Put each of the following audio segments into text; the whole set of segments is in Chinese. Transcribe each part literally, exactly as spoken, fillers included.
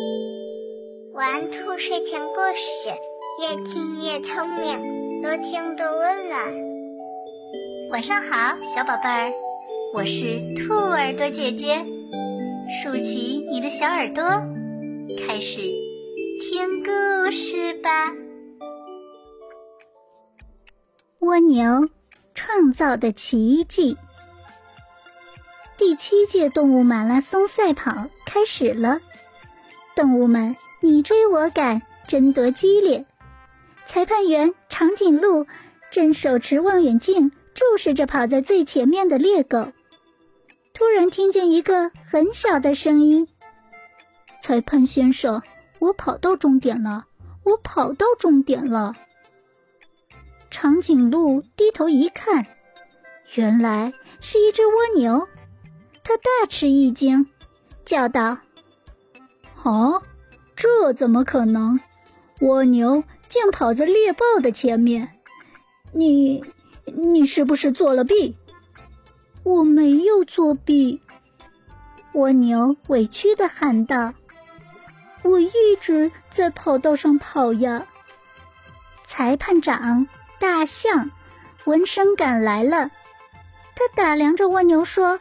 玩兔睡前故事，越听越聪明，多听多温暖。 晚上好，小宝贝儿，我是兔耳朵姐姐，竖起你的小耳朵，开始听故事吧。蜗牛创造的奇迹。第七届动物马拉松赛跑开始了，动物们你追我赶，争夺激烈。裁判员长颈鹿正手持望远镜注视着跑在最前面的猎狗。突然听见一个很小的声音：裁判先生，我跑到终点了，我跑到终点了。长颈鹿低头一看，原来是一只蜗牛。他大吃一惊，叫道：啊，这怎么可能？蜗牛竟跑在猎豹的前面，你你是不是作了弊？我没有作弊，蜗牛委屈地喊道，我一直在跑道上跑呀。裁判长大象闻声赶来了，他打量着蜗牛说，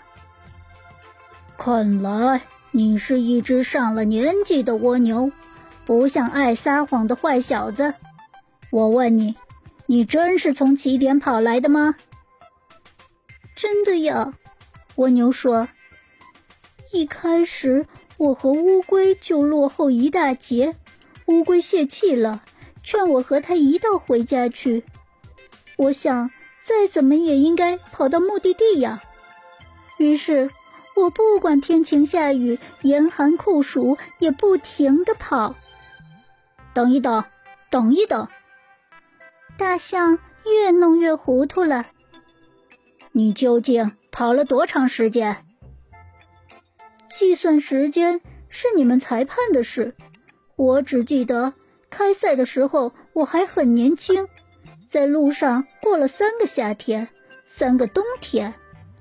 看来你是一只上了年纪的蜗牛，不像爱撒谎的坏小子。我问你，你真是从起点跑来的吗？真的呀，蜗牛说。一开始我和乌龟就落后一大截，乌龟泄气了，劝我和他一道回家去。我想再怎么也应该跑到目的地呀。于是我不管天晴下雨，严寒酷暑，也不停地跑。等一等，等一等。大象越弄越糊涂了。你究竟跑了多长时间？计算时间是你们裁判的事，我只记得开赛的时候我还很年轻，在路上过了三个夏天，三个冬天。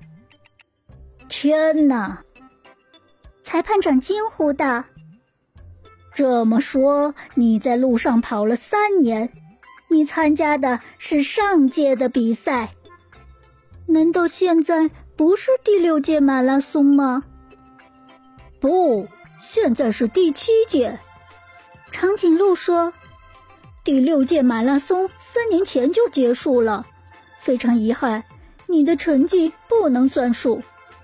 天哪！裁判长惊呼道，这么说你在路上跑了三年，你参加的是上届的比赛。难道现在不是第六届马拉松吗？不，现在是第七届。长颈鹿说，第六届马拉松三年前就结束了，非常遗憾，你的成绩不能算数。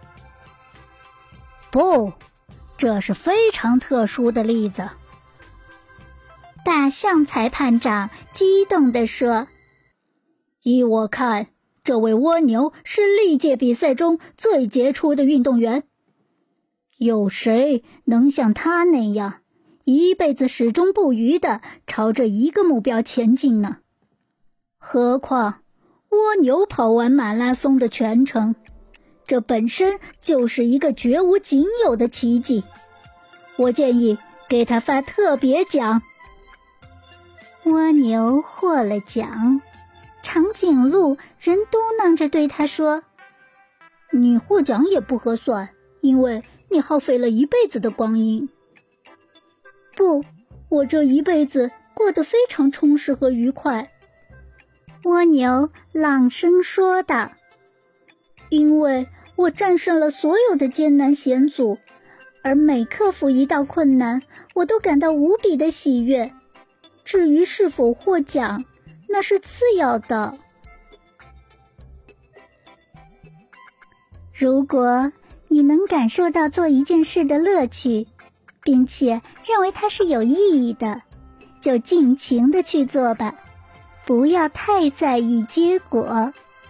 不，这是非常特殊的例子。大象裁判长激动地说，依我看，这位蜗牛是历届比赛中最杰出的运动员。有谁能像他那样，一辈子始终不渝地朝着一个目标前进呢？何况，蜗牛跑完马拉松的全程，这本身就是一个绝无仅有的奇迹。我建议给他发特别奖。蜗牛获了奖，长颈鹿人嘟囔着对他说，你获奖也不合算，因为你耗费了一辈子的光阴。不，我这一辈子过得非常充实和愉快。蜗牛朗声说道，因为我战胜了所有的艰难险阻，而每克服一道困难，我都感到无比的喜悦。至于是否获奖，那是次要的。如果你能感受到做一件事的乐趣，并且认为它是有意义的，就尽情地去做吧，不要太在意结果。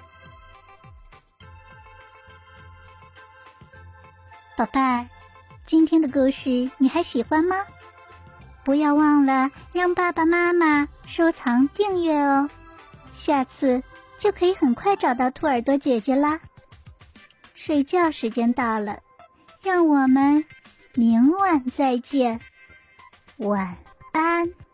宝贝儿，今天的故事你还喜欢吗？不要忘了让爸爸妈妈收藏订阅哦，下次就可以很快找到兔耳朵姐姐啦。睡觉时间到了，让我们明晚再见，晚安。